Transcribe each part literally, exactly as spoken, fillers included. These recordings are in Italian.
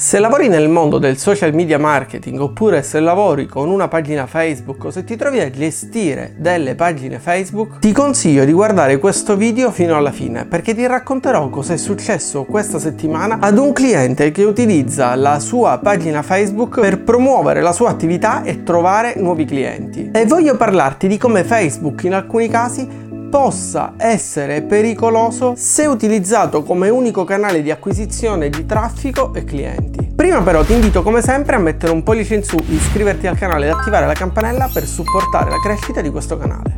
Se lavori nel mondo del social media marketing oppure se lavori con una pagina Facebook o se ti trovi a gestire delle pagine Facebook, ti consiglio di guardare questo video fino alla fine perché ti racconterò cosa è successo questa settimana ad un cliente che utilizza la sua pagina Facebook per promuovere la sua attività e trovare nuovi clienti. E voglio parlarti di come Facebook in alcuni casi possa essere pericoloso se utilizzato come unico canale di acquisizione di traffico e clienti. Prima però ti invito come sempre a mettere un pollice in su, iscriverti al canale ed attivare la campanella per supportare la crescita di questo canale.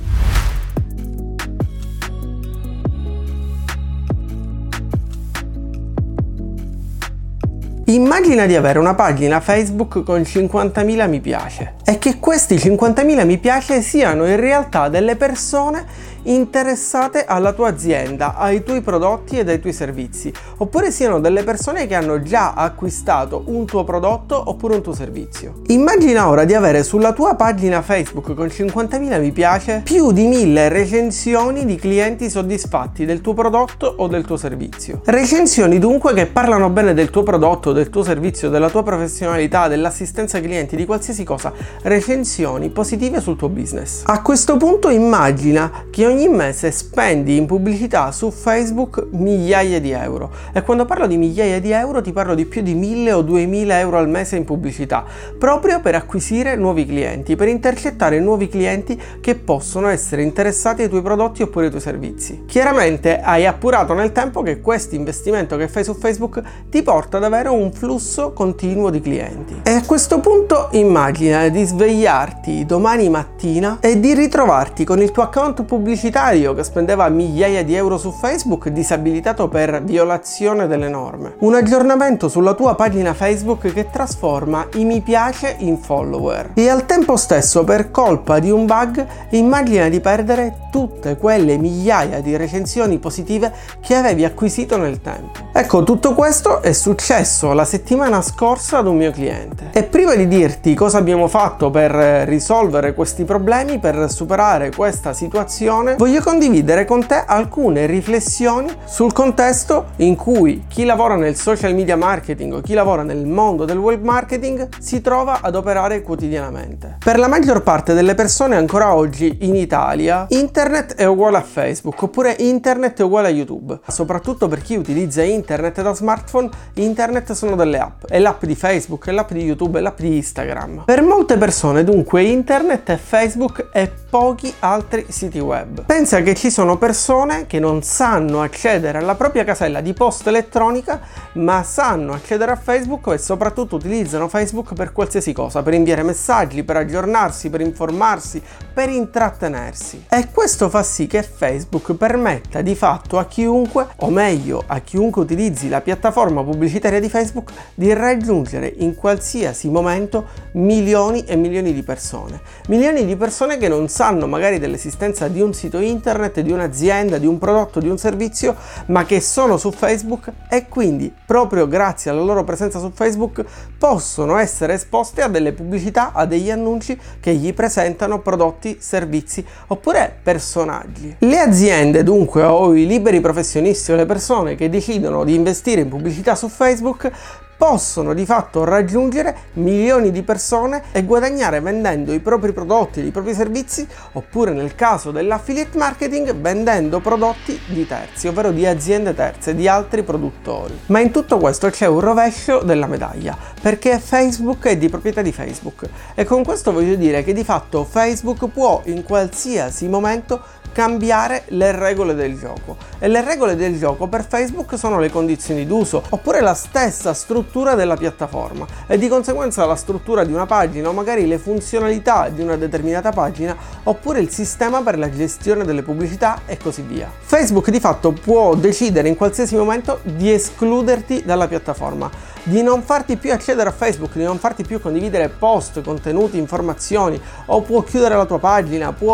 Immagina di avere una pagina Facebook con cinquantamila mi piace e che questi cinquantamila mi piace siano in realtà delle persone interessate alla tua azienda, ai tuoi prodotti ed ai tuoi servizi, oppure siano delle persone che hanno già acquistato un tuo prodotto oppure un tuo servizio. Immagina ora di avere sulla tua pagina Facebook con cinquantamila mi piace più di mille recensioni di clienti soddisfatti del tuo prodotto o del tuo servizio. Recensioni dunque che parlano bene del tuo prodotto, del tuo servizio, della tua professionalità, dell'assistenza ai clienti, di qualsiasi cosa. Recensioni positive sul tuo business. A questo punto immagina che ogni mese spendi in pubblicità su Facebook migliaia di euro, e quando parlo di migliaia di euro ti parlo di più di mille o duemila euro al mese in pubblicità, proprio per acquisire nuovi clienti, per intercettare nuovi clienti che possono essere interessati ai tuoi prodotti oppure ai tuoi servizi. Chiaramente hai appurato nel tempo che questo investimento che fai su Facebook ti porta ad avere un flusso continuo di clienti. E a questo punto immagina di svegliarti domani mattina e di ritrovarti con il tuo account pubblicitario che spendeva migliaia di euro su Facebook disabilitato per violazione delle norme. Un aggiornamento sulla tua pagina Facebook che trasforma i mi piace in follower. E al tempo stesso, per colpa di un bug, immagina di perdere tutte quelle migliaia di recensioni positive che avevi acquisito nel tempo. Ecco, tutto questo è successo la settimana scorsa ad un mio cliente. E prima di dirti cosa abbiamo fatto per risolvere questi problemi, per superare questa situazione, voglio condividere con te alcune riflessioni sul contesto in cui chi lavora nel social media marketing o chi lavora nel mondo del web marketing si trova ad operare quotidianamente. Per la maggior parte delle persone ancora oggi in Italia internet è uguale a Facebook, oppure internet è uguale a YouTube. Soprattutto per chi utilizza internet da smartphone, internet sono delle app. È l'app di Facebook, è l'app di YouTube, è l'app di Instagram. Per molte persone dunque internet è Facebook e pochi altri siti web. Pensa che ci sono persone che non sanno accedere alla propria casella di posta elettronica, ma sanno accedere a Facebook e soprattutto utilizzano Facebook per qualsiasi cosa, per inviare messaggi, per aggiornarsi, per informarsi, per intrattenersi. E questo fa sì che Facebook permetta di fatto a chiunque, o meglio a chiunque utilizzi la piattaforma pubblicitaria di Facebook, di raggiungere in qualsiasi momento milioni e milioni di persone. Milioni di persone che non sanno magari dell'esistenza di un sito internet, di un'azienda, di un prodotto, di un servizio, ma che sono su Facebook e quindi proprio grazie alla loro presenza su Facebook possono essere esposte a delle pubblicità, a degli annunci che gli presentano prodotti, servizi oppure personaggi. Le aziende dunque o i liberi professionisti o le persone che decidono di investire in pubblicità su Facebook possono di fatto raggiungere milioni di persone e guadagnare vendendo i propri prodotti e i propri servizi, oppure nel caso dell'affiliate marketing vendendo prodotti di terzi, ovvero di aziende terze, di altri produttori. Ma in tutto questo c'è un rovescio della medaglia, perché Facebook è di proprietà di Facebook, e con questo voglio dire che di fatto Facebook può in qualsiasi momento cambiare le regole del gioco, e le regole del gioco per Facebook sono le condizioni d'uso oppure la stessa struttura della piattaforma, e di conseguenza la struttura di una pagina o magari le funzionalità di una determinata pagina oppure il sistema per la gestione delle pubblicità e così via. Facebook di fatto può decidere in qualsiasi momento di escluderti dalla piattaforma, di non farti più accedere a Facebook, di non farti più condividere post, contenuti, informazioni, o può chiudere la tua pagina, può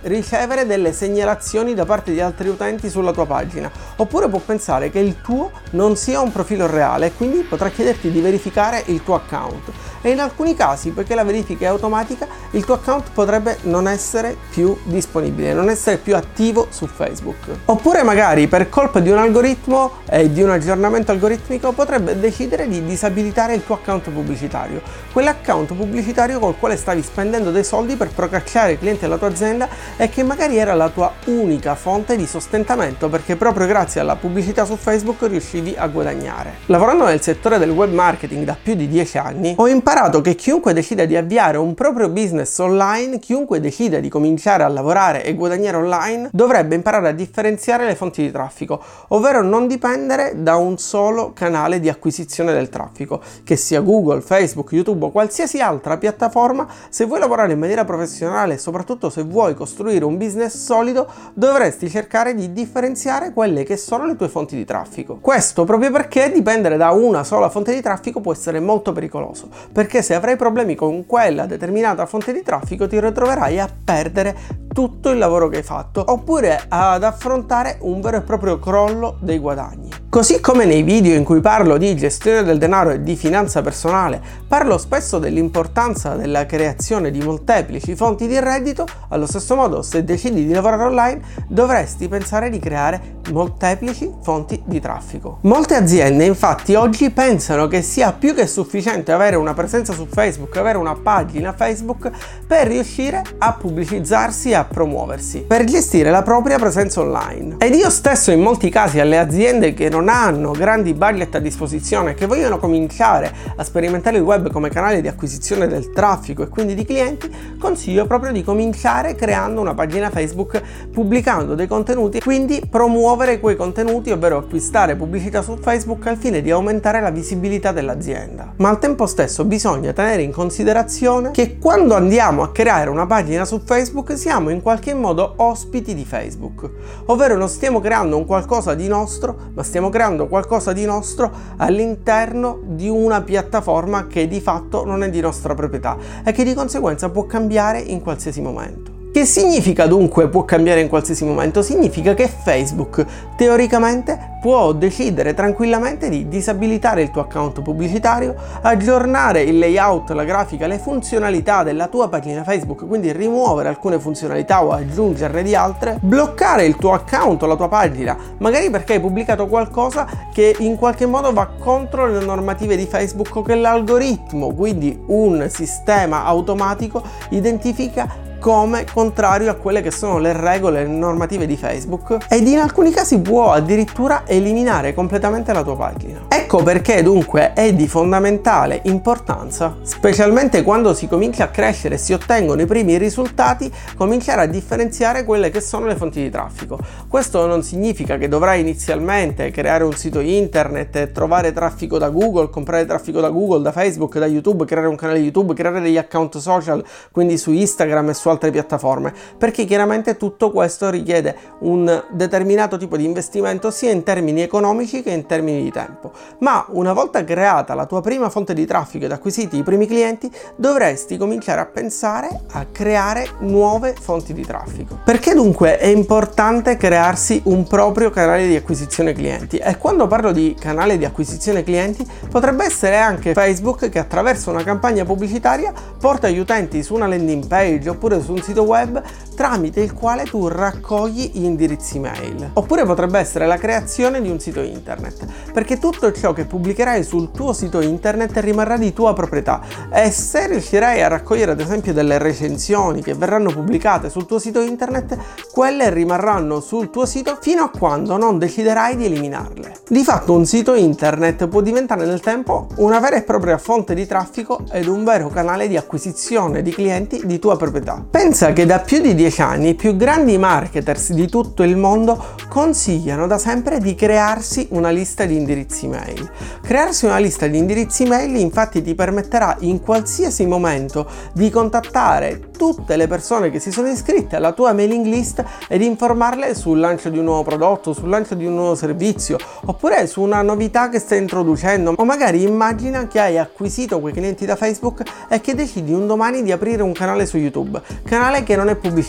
ricevere delle segnalazioni da parte di altri utenti sulla tua pagina, oppure può pensare che il tuo non sia un profilo reale e quindi potrà chiederti di verificare il tuo account. E in alcuni casi, poiché la verifica è automatica, il tuo account potrebbe non essere più disponibile, non essere più attivo su Facebook. Oppure magari per colpa di un algoritmo e di un aggiornamento algoritmico potrebbe decidere di disabilitare il tuo account pubblicitario, quell'account pubblicitario col quale stavi spendendo dei soldi per procacciare clienti alla tua azienda e che magari era la tua unica fonte di sostentamento, perché proprio grazie alla pubblicità su Facebook riuscivi a guadagnare. Lavorando nel settore del web marketing da più di dieci anni, ho imparato che chiunque decida di avviare un proprio business online, chiunque decida di cominciare a lavorare e guadagnare online, dovrebbe imparare a differenziare le fonti di traffico, ovvero non dipendere da un solo canale di acquisizione del traffico, che sia Google, Facebook, YouTube o qualsiasi altra piattaforma. Se vuoi lavorare in maniera professionale e soprattutto se vuoi costruire un business solido, dovresti cercare di differenziare quelle che sono le tue fonti di traffico. Questo proprio perché dipendere da una sola fonte di traffico può essere molto pericoloso, perché se avrai problemi con quella determinata fonte di traffico ti ritroverai a perdere tutto il lavoro che hai fatto, oppure ad affrontare un vero e proprio crollo dei guadagni. Così come nei video in cui parlo di gestione del denaro e di finanza personale, parlo spesso dell'importanza della creazione di molteplici fonti di reddito, allo stesso modo se decidi di lavorare online dovresti pensare di creare molteplici fonti di traffico. Molte aziende infatti oggi pensano che sia più che sufficiente avere una presenza su Facebook, avere una pagina Facebook per riuscire a pubblicizzarsi e a promuoversi, per gestire la propria presenza online. Ed io stesso in molti casi alle aziende che non hanno grandi budget a disposizione e che vogliono cominciare a sperimentare il web come canale di acquisizione del traffico e quindi di clienti, consiglio proprio di cominciare creando una pagina Facebook, pubblicando dei contenuti e quindi promuovere quei contenuti, ovvero acquistare pubblicità su Facebook al fine di aumentare la visibilità dell'azienda. Ma al tempo stesso bisogna tenere in considerazione che quando andiamo a creare una pagina su Facebook siamo in qualche modo ospiti di Facebook, ovvero non stiamo creando un qualcosa di nostro, ma stiamo creando qualcosa di nostro all'interno di una piattaforma che di fatto non è di nostra proprietà e che di conseguenza può cambiare in qualsiasi momento. Che significa dunque può cambiare in qualsiasi momento? Significa che Facebook teoricamente può decidere tranquillamente di disabilitare il tuo account pubblicitario, aggiornare il layout, la grafica, le funzionalità della tua pagina Facebook, quindi rimuovere alcune funzionalità o aggiungerne di altre, bloccare il tuo account o la tua pagina, magari perché hai pubblicato qualcosa che in qualche modo va contro le normative di Facebook o che l'algoritmo, quindi un sistema automatico, identifica come contrario a quelle che sono le regole e le normative di Facebook, ed in alcuni casi può addirittura eliminare completamente la tua pagina. Ecco perché dunque è di fondamentale importanza, specialmente quando si comincia a crescere e si ottengono i primi risultati, cominciare a differenziare quelle che sono le fonti di traffico. Questo non significa che dovrai inizialmente creare un sito internet, trovare traffico da Google, comprare traffico da Google, da Facebook, da YouTube, creare un canale YouTube, creare degli account social, quindi su Instagram e su altre piattaforme, perché chiaramente tutto questo richiede un determinato tipo di investimento sia in termini economici che in termini di tempo. Ma una volta creata la tua prima fonte di traffico ed acquisiti i primi clienti, dovresti cominciare a pensare a creare nuove fonti di traffico. Perché dunque è importante crearsi un proprio canale di acquisizione clienti? E quando parlo di canale di acquisizione clienti potrebbe essere anche Facebook, che attraverso una campagna pubblicitaria porta gli utenti su una landing page oppure su un sito web tramite il quale tu raccogli gli indirizzi mail. Oppure potrebbe essere la creazione di un sito internet, perché tutto ciò che pubblicherai sul tuo sito internet rimarrà di tua proprietà, e se riuscirai a raccogliere ad esempio delle recensioni che verranno pubblicate sul tuo sito internet, quelle rimarranno sul tuo sito fino a quando non deciderai di eliminarle. Di fatto un sito internet può diventare nel tempo una vera e propria fonte di traffico ed un vero canale di acquisizione di clienti di tua proprietà. Pensa che da più di dieci anni i più grandi marketers di tutto il mondo consigliano da sempre di crearsi una lista di indirizzi mail. Crearsi una lista di indirizzi mail infatti ti permetterà in qualsiasi momento di contattare tutte le persone che si sono iscritte alla tua mailing list ed informarle sul lancio di un nuovo prodotto, sul lancio di un nuovo servizio, oppure su una novità che stai introducendo. O magari immagina che hai acquisito quei clienti da Facebook e che decidi un domani di aprire un canale su YouTube, canale che non è pubblicitario,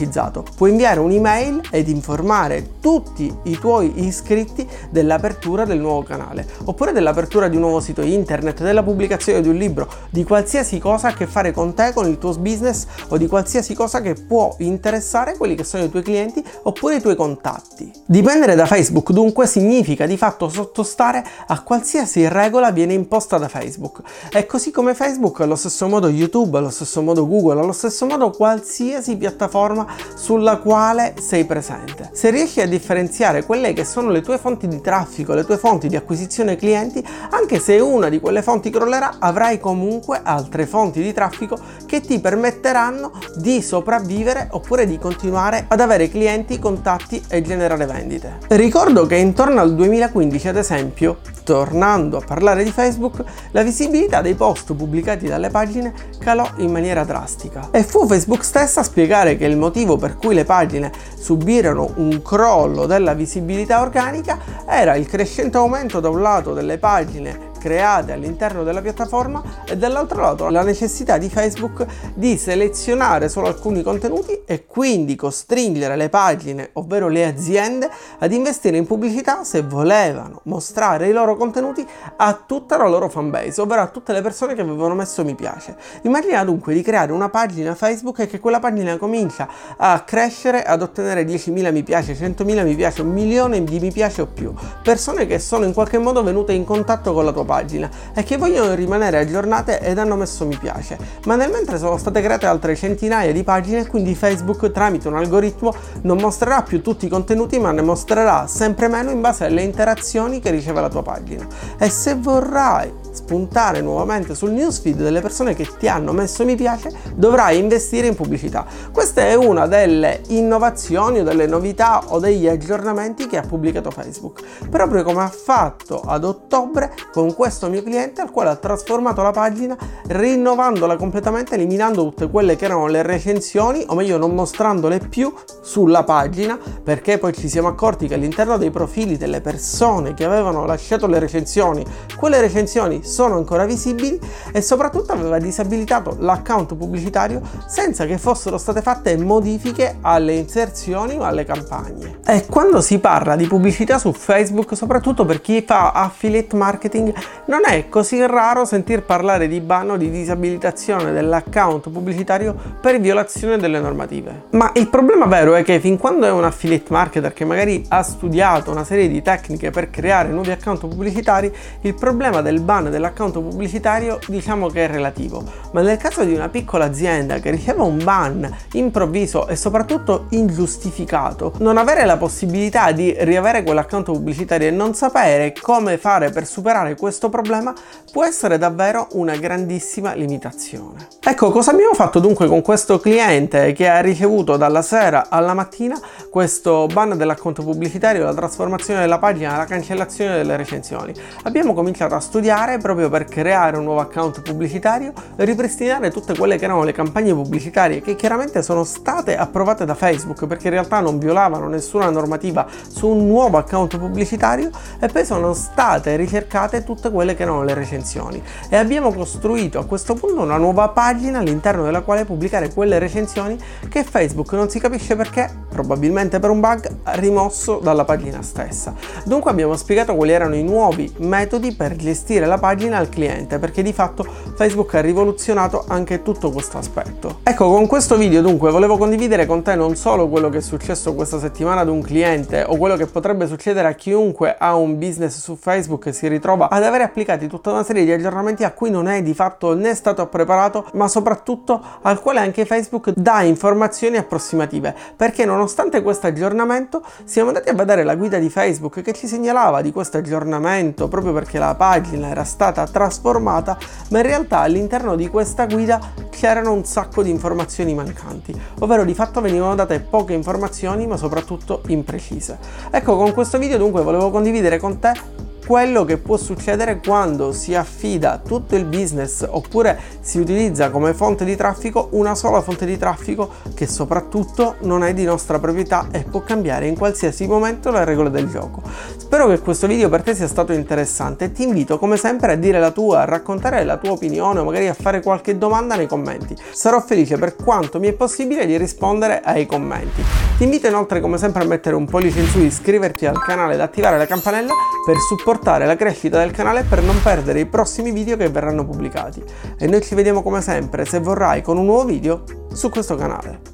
automatizzato. Puoi inviare un'email ed informare tutti i tuoi iscritti dell'apertura del nuovo canale, oppure dell'apertura di un nuovo sito internet, della pubblicazione di un libro, di qualsiasi cosa a che fare con te, con il tuo business o di qualsiasi cosa che può interessare quelli che sono i tuoi clienti oppure i tuoi contatti. Dipendere da Facebook dunque significa di fatto sottostare a qualsiasi regola viene imposta da Facebook, e così come Facebook allo stesso modo YouTube, allo stesso modo Google, allo stesso modo qualsiasi piattaforma sulla quale sei presente. Se riesci a differenziare quelle che sono le tue fonti di traffico, le tue fonti di acquisizione clienti, anche se una di quelle fonti crollerà, avrai comunque altre fonti di traffico che ti permetteranno di sopravvivere oppure di continuare ad avere clienti, contatti e generare vendite. Ricordo che intorno al duemilaquindici, ad esempio, tornando a parlare di Facebook, la visibilità dei post pubblicati dalle pagine calò in maniera drastica e fu Facebook stessa a spiegare che il motivo per cui le pagine subirono un crollo della visibilità organica era il crescente aumento da un lato delle pagine create all'interno della piattaforma e dall'altro lato la necessità di Facebook di selezionare solo alcuni contenuti e quindi costringere le pagine, ovvero le aziende, ad investire in pubblicità se volevano mostrare i loro contenuti a tutta la loro fanbase, ovvero a tutte le persone che avevano messo mi piace. Immagina dunque di creare una pagina Facebook e che quella pagina comincia a crescere, ad ottenere diecimila mi piace, centomila mi piace, un milione di mi piace o più, persone che sono in qualche modo venute in contatto con la tua pagina pagina e che vogliono rimanere aggiornate ed hanno messo mi piace, ma nel mentre sono state create altre centinaia di pagine e quindi Facebook tramite un algoritmo non mostrerà più tutti i contenuti, ma ne mostrerà sempre meno in base alle interazioni che riceve la tua pagina. E se vorrai spuntare nuovamente sul newsfeed delle persone che ti hanno messo mi piace, dovrai investire in pubblicità. Questa è una delle innovazioni o delle novità o degli aggiornamenti che ha pubblicato Facebook, proprio come ha fatto ad ottobre con questo mio cliente, al quale ha trasformato la pagina rinnovandola completamente, eliminando tutte quelle che erano le recensioni, o meglio non mostrandole più sulla pagina, perché poi ci siamo accorti che all'interno dei profili delle persone che avevano lasciato le recensioni, quelle recensioni sono ancora visibili, e soprattutto aveva disabilitato l'account pubblicitario senza che fossero state fatte modifiche alle inserzioni o alle campagne. E quando si parla di pubblicità su Facebook, soprattutto per chi fa affiliate marketing, non è così raro sentir parlare di ban o di disabilitazione dell'account pubblicitario per violazione delle normative. Ma il problema vero è che fin quando è un affiliate marketer che magari ha studiato una serie di tecniche per creare nuovi account pubblicitari, il problema del ban dell'account pubblicitario diciamo che è relativo. Ma nel caso di una piccola azienda che riceve un ban improvviso e soprattutto ingiustificato, non avere la possibilità di riavere quell'account pubblicitario e non sapere come fare per superare questo problema può essere davvero una grandissima limitazione. Ecco, cosa abbiamo fatto dunque con questo cliente che ha ricevuto dalla sera alla mattina questo ban dell'account pubblicitario, la trasformazione della pagina, la cancellazione delle recensioni? Abbiamo cominciato a studiare proprio per creare un nuovo account pubblicitario, ripristinare tutte quelle che erano le campagne pubblicitarie che chiaramente sono state approvate da Facebook perché in realtà non violavano nessuna normativa su un nuovo account pubblicitario, e poi sono state ricercate tutte quelle che erano le recensioni e abbiamo costruito a questo punto una nuova pagina all'interno della quale pubblicare quelle recensioni che Facebook, non si capisce perché, probabilmente per un bug, ha rimosso dalla pagina stessa. Dunque abbiamo spiegato quali erano i nuovi metodi per gestire la pagina al cliente, perché di fatto Facebook ha rivoluzionato anche tutto questo aspetto. Ecco, con questo video dunque volevo condividere con te non solo quello che è successo questa settimana ad un cliente o quello che potrebbe succedere a chiunque ha un business su Facebook e si ritrova ad avere applicati tutta una serie di aggiornamenti a cui non è di fatto né stato preparato, ma soprattutto al quale anche Facebook dà informazioni approssimative, perché nonostante questo aggiornamento siamo andati a vedere la guida di Facebook che ci segnalava di questo aggiornamento proprio perché la pagina era stata trasformata, ma in realtà all'interno di questa guida c'erano un sacco di informazioni mancanti, ovvero di fatto venivano date poche informazioni ma soprattutto imprecise. Ecco, con questo video dunque volevo condividere con te quello che può succedere quando si affida tutto il business oppure si utilizza come fonte di traffico una sola fonte di traffico che soprattutto non è di nostra proprietà e può cambiare in qualsiasi momento le regole del gioco. Spero che questo video per te sia stato interessante e ti invito come sempre a dire la tua, a raccontare la tua opinione o magari a fare qualche domanda nei commenti. Sarò felice per quanto mi è possibile di rispondere ai commenti. Ti invito inoltre come sempre a mettere un pollice in su, iscriverti al canale ed attivare la campanella per supportare la crescita del canale e per non perdere i prossimi video che verranno pubblicati. E noi ci vediamo come sempre, se vorrai, con un nuovo video su questo canale.